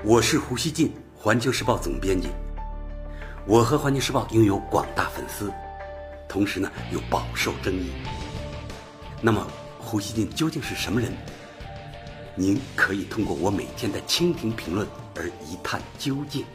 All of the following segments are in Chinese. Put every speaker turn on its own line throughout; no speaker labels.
我是胡锡进，环球时报总编辑。我和环球时报拥有广大粉丝，同时呢又饱受争议。那么胡锡进究竟是什么人？您可以通过我每天的蜻蜓评论而一探究竟。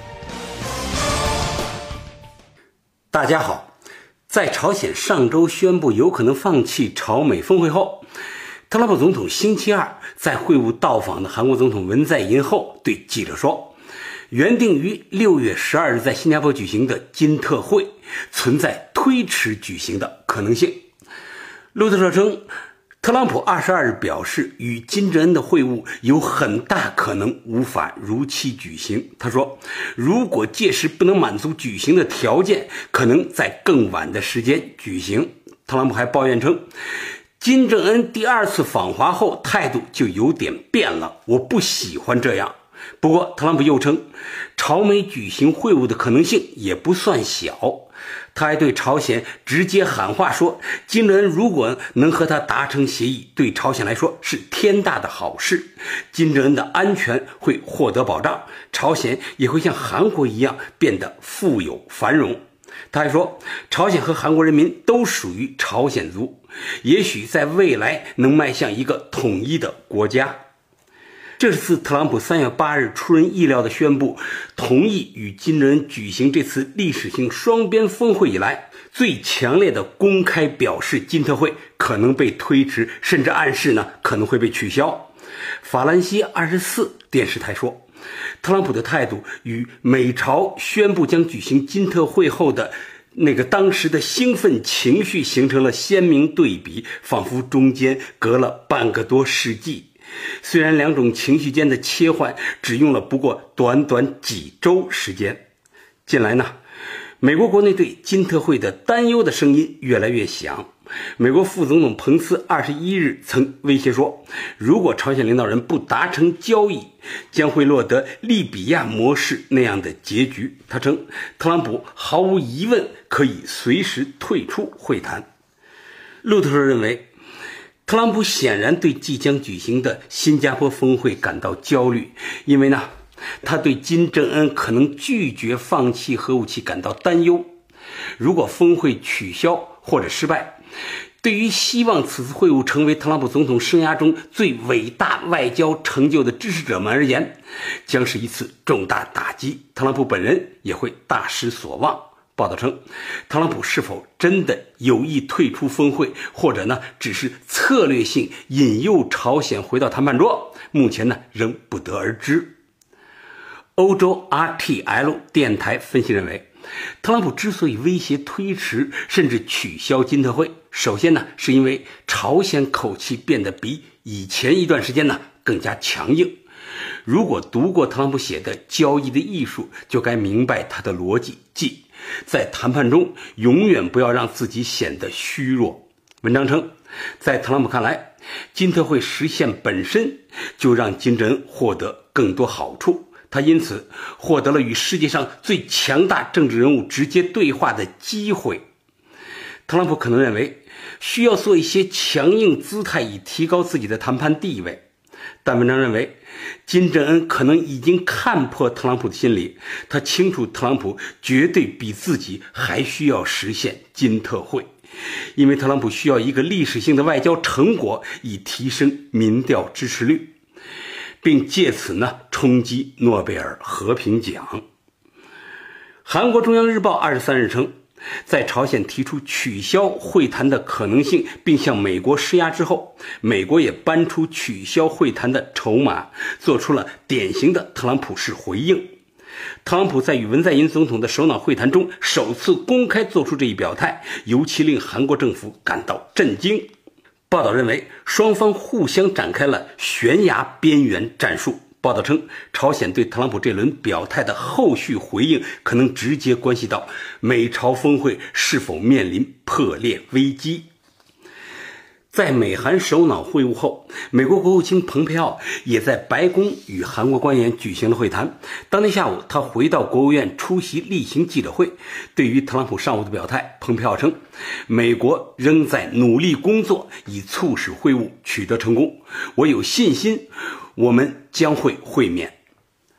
大家好，在朝鲜上周宣布有可能放弃朝美峰会后，特朗普总统星期二在会晤到访的韩国总统文在寅后对记者说，原定于6月12日在新加坡举行的金特会存在推迟举行的可能性。路透社称，特朗普22日表示，与金正恩的会晤有很大可能无法如期举行。他说，如果届时不能满足举行的条件，可能在更晚的时间举行。特朗普还抱怨称，金正恩第二次访华后态度就有点变了，我不喜欢这样。不过特朗普又称，朝美举行会晤的可能性也不算小。他还对朝鲜直接喊话说，金正恩如果能和他达成协议，对朝鲜来说是天大的好事，金正恩的安全会获得保障，朝鲜也会像韩国一样变得富有繁荣。他还说，朝鲜和韩国人民都属于朝鲜族，也许在未来能迈向一个统一的国家。这是自特朗普3月8日出人意料地宣布同意与金正恩举行这次历史性双边峰会以来，最强烈的公开表示金特会可能被推迟，甚至暗示可能会被取消。法兰西24电视台说，特朗普的态度与美朝宣布将举行金特会后的当时的兴奋情绪形成了鲜明对比，仿佛中间隔了半个多世纪。虽然两种情绪间的切换只用了不过短短几周时间。近来美国国内对金特会的担忧的声音越来越响。美国副总统彭斯21日曾威胁说，如果朝鲜领导人不达成交易，将会落得利比亚模式那样的结局。他称，特朗普毫无疑问可以随时退出会谈。路透社认为，特朗普显然对即将举行的新加坡峰会感到焦虑，因为他对金正恩可能拒绝放弃核武器感到担忧。如果峰会取消或者失败，对于希望此次会晤成为特朗普总统生涯中最伟大外交成就的支持者们而言，将是一次重大打击，特朗普本人也会大失所望。报道称，特朗普是否真的有意退出峰会，或者只是策略性引诱朝鲜回到谈判桌，目前仍不得而知。欧洲 RTL 电台分析认为，特朗普之所以威胁推迟甚至取消金特会，首先是因为朝鲜口气变得比以前一段时间更加强硬。如果读过特朗普写的《交易的艺术》，就该明白他的逻辑，即在谈判中永远不要让自己显得虚弱。文章称，在特朗普看来，金特会实现本身就让金正恩获得更多好处，他因此获得了与世界上最强大政治人物直接对话的机会。特朗普可能认为需要做一些强硬姿态以提高自己的谈判地位，但文章认为，金正恩可能已经看破特朗普的心理，他清楚特朗普绝对比自己还需要实现金特会，因为特朗普需要一个历史性的外交成果以提升民调支持率，并借此冲击诺贝尔和平奖。韩国中央日报23日称，在朝鲜提出取消会谈的可能性并向美国施压之后，美国也搬出取消会谈的筹码，做出了典型的特朗普式回应。特朗普在与文在寅总统的首脑会谈中首次公开做出这一表态，尤其令韩国政府感到震惊。报道认为，双方互相展开了悬崖边缘战术。报道称，朝鲜对特朗普这轮表态的后续回应可能直接关系到美朝峰会是否面临破裂危机。在美韩首脑会晤后，美国国务卿蓬佩奥也在白宫与韩国官员举行了会谈。当天下午，他回到国务院出席例行记者会。对于特朗普上午的表态，蓬佩奥称，美国仍在努力工作，以促使会晤取得成功。我有信心，我们将会会面。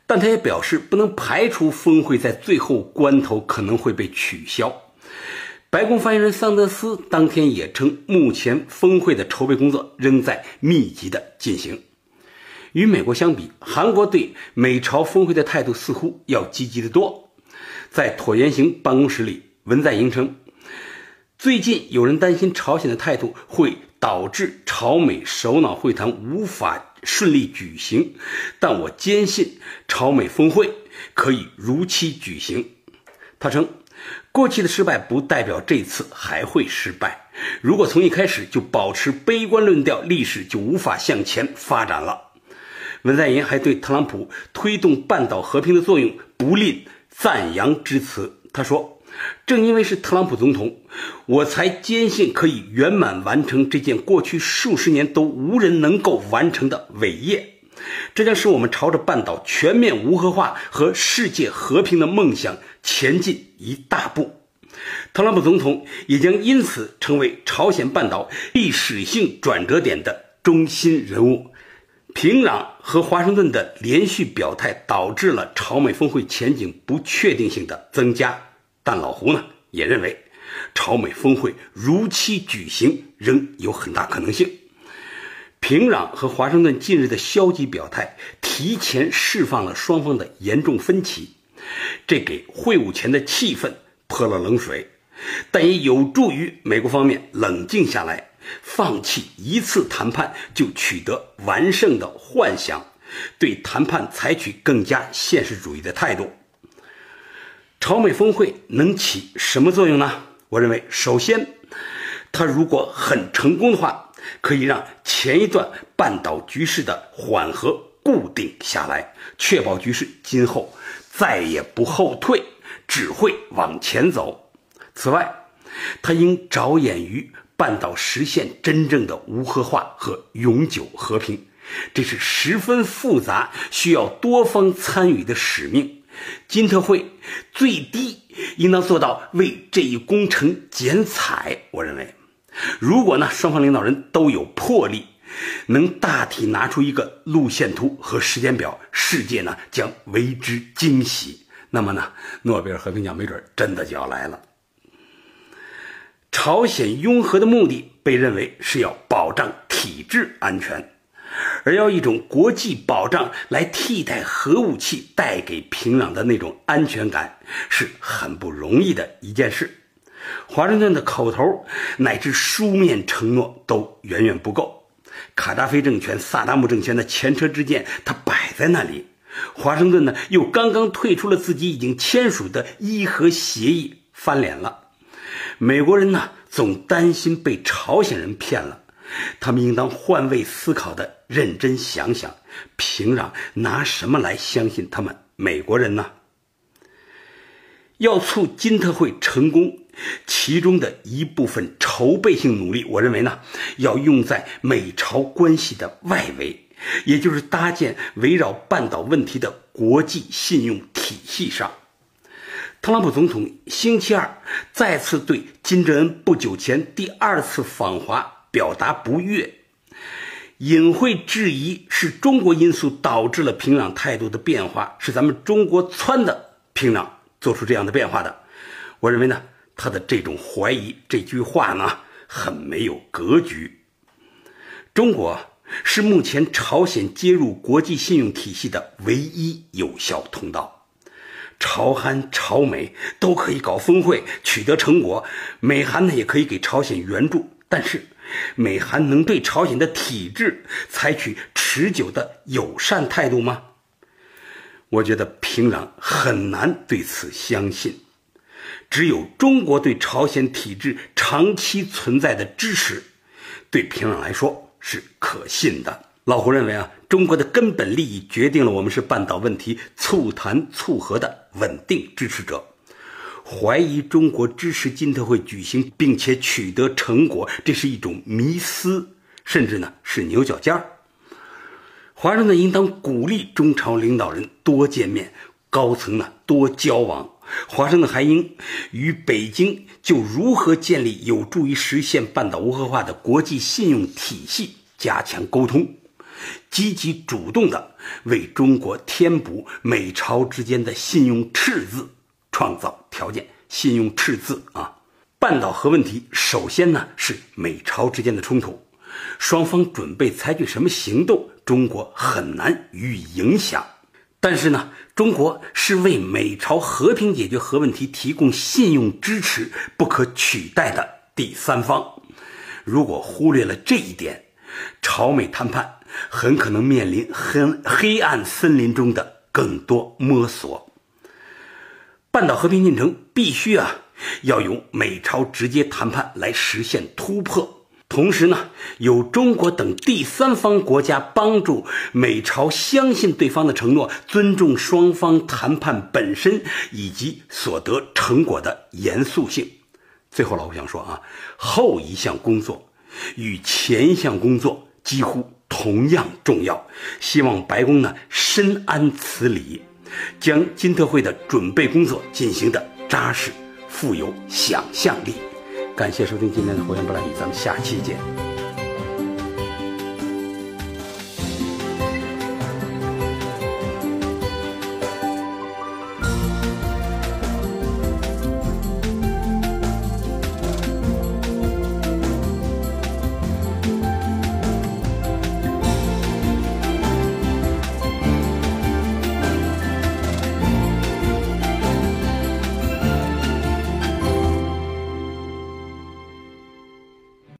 但他也表示不能排除峰会在最后关头可能会被取消。白宫发言人桑德斯当天也称，目前峰会的筹备工作仍在密集的进行。与美国相比，韩国对美朝峰会的态度似乎要积极得多。在椭圆形办公室里，文在寅称，最近有人担心朝鲜的态度会导致朝美首脑会谈无法顺利举行，但我坚信朝美峰会可以如期举行。他称，过去的失败不代表这次还会失败，如果从一开始就保持悲观论调，历史就无法向前发展了。文在寅还对特朗普推动半岛和平的作用不吝赞扬之词。他说，正因为是特朗普总统，我才坚信可以圆满完成这件过去数十年都无人能够完成的伟业，这将使我们朝着半岛全面无核化和世界和平的梦想前进一大步。特朗普总统也将因此成为朝鲜半岛历史性转折点的中心人物。平壤和华盛顿的连续表态导致了朝美峰会前景不确定性的增加，但老胡呢也认为朝美峰会如期举行仍有很大可能性。平壤和华盛顿近日的消极表态提前释放了双方的严重分歧，这给会晤前的气氛泼了冷水，但也有助于美国方面冷静下来，放弃一次谈判就取得完胜的幻想，对谈判采取更加现实主义的态度。朝美峰会能起什么作用呢？我认为，首先，它如果很成功的话，可以让前一段半岛局势的缓和固定下来，确保局势今后再也不后退，只会往前走。此外，它应着眼于半岛实现真正的无核化和永久和平，这是十分复杂，需要多方参与的使命。金特会最低应当做到为这一工程剪彩。我认为，如果双方领导人都有魄力，能大体拿出一个路线图和时间表，世界将为之惊喜。那么诺贝尔和平奖没准真的就要来了。朝鲜拥核的目的被认为是要保障体制安全，而要一种国际保障来替代核武器带给平壤的那种安全感，是很不容易的一件事。华盛顿的口头乃至书面承诺都远远不够，卡扎菲政权、萨达姆政权的前车之鉴它摆在那里，华盛顿又刚刚退出了自己已经签署的伊核协议，翻脸了。美国人总担心被朝鲜人骗了，他们应当换位思考的认真想想，平壤拿什么来相信他们美国人呢？要促金特会成功，其中的一部分筹备性努力，我认为要用在美朝关系的外围，也就是搭建围绕半岛问题的国际信用体系上。特朗普总统星期二再次对金正恩不久前第二次访华表达不悦，隐晦质疑是中国因素导致了平壤态度的变化，是咱们中国撺的平壤做出这样的变化的。我认为他的这种怀疑，这句话很没有格局。中国是目前朝鲜接入国际信用体系的唯一有效通道。朝韩、朝美都可以搞峰会取得成果，美韩也可以给朝鲜援助，但是美韩能对朝鲜的体制采取持久的友善态度吗？我觉得平壤很难对此相信。只有中国对朝鲜体制长期存在的支持，对平壤来说是可信的。老胡认为中国的根本利益决定了我们是半岛问题促谈促和的稳定支持者。怀疑中国支持金特会举行并且取得成果，这是一种迷思，甚至是牛角尖儿。华盛顿应当鼓励中朝领导人多见面，高层多交往。华盛顿还应与北京就如何建立有助于实现半岛无核化的国际信用体系加强沟通。 积极主动地为中国填补美朝之间的信用赤字创造条件。信用赤字啊，半岛核问题首先呢是美朝之间的冲突，双方准备采取什么行动，中国很难予以影响。但是呢，中国是为美朝和平解决核问题提供信用支持不可取代的第三方。如果忽略了这一点，朝美谈判很可能面临黑暗森林中的更多摸索。半岛和平进程必须要用美朝直接谈判来实现突破，同时呢，有中国等第三方国家帮助美朝相信对方的承诺，尊重双方谈判本身以及所得成果的严肃性。最后老胡想说后一项工作与前一项工作几乎同样重要，希望白宫呢深谙此理，将金特会的准备工作进行的扎实，富有想象力。感谢收听今天的火焰不蓝语，咱们下期见。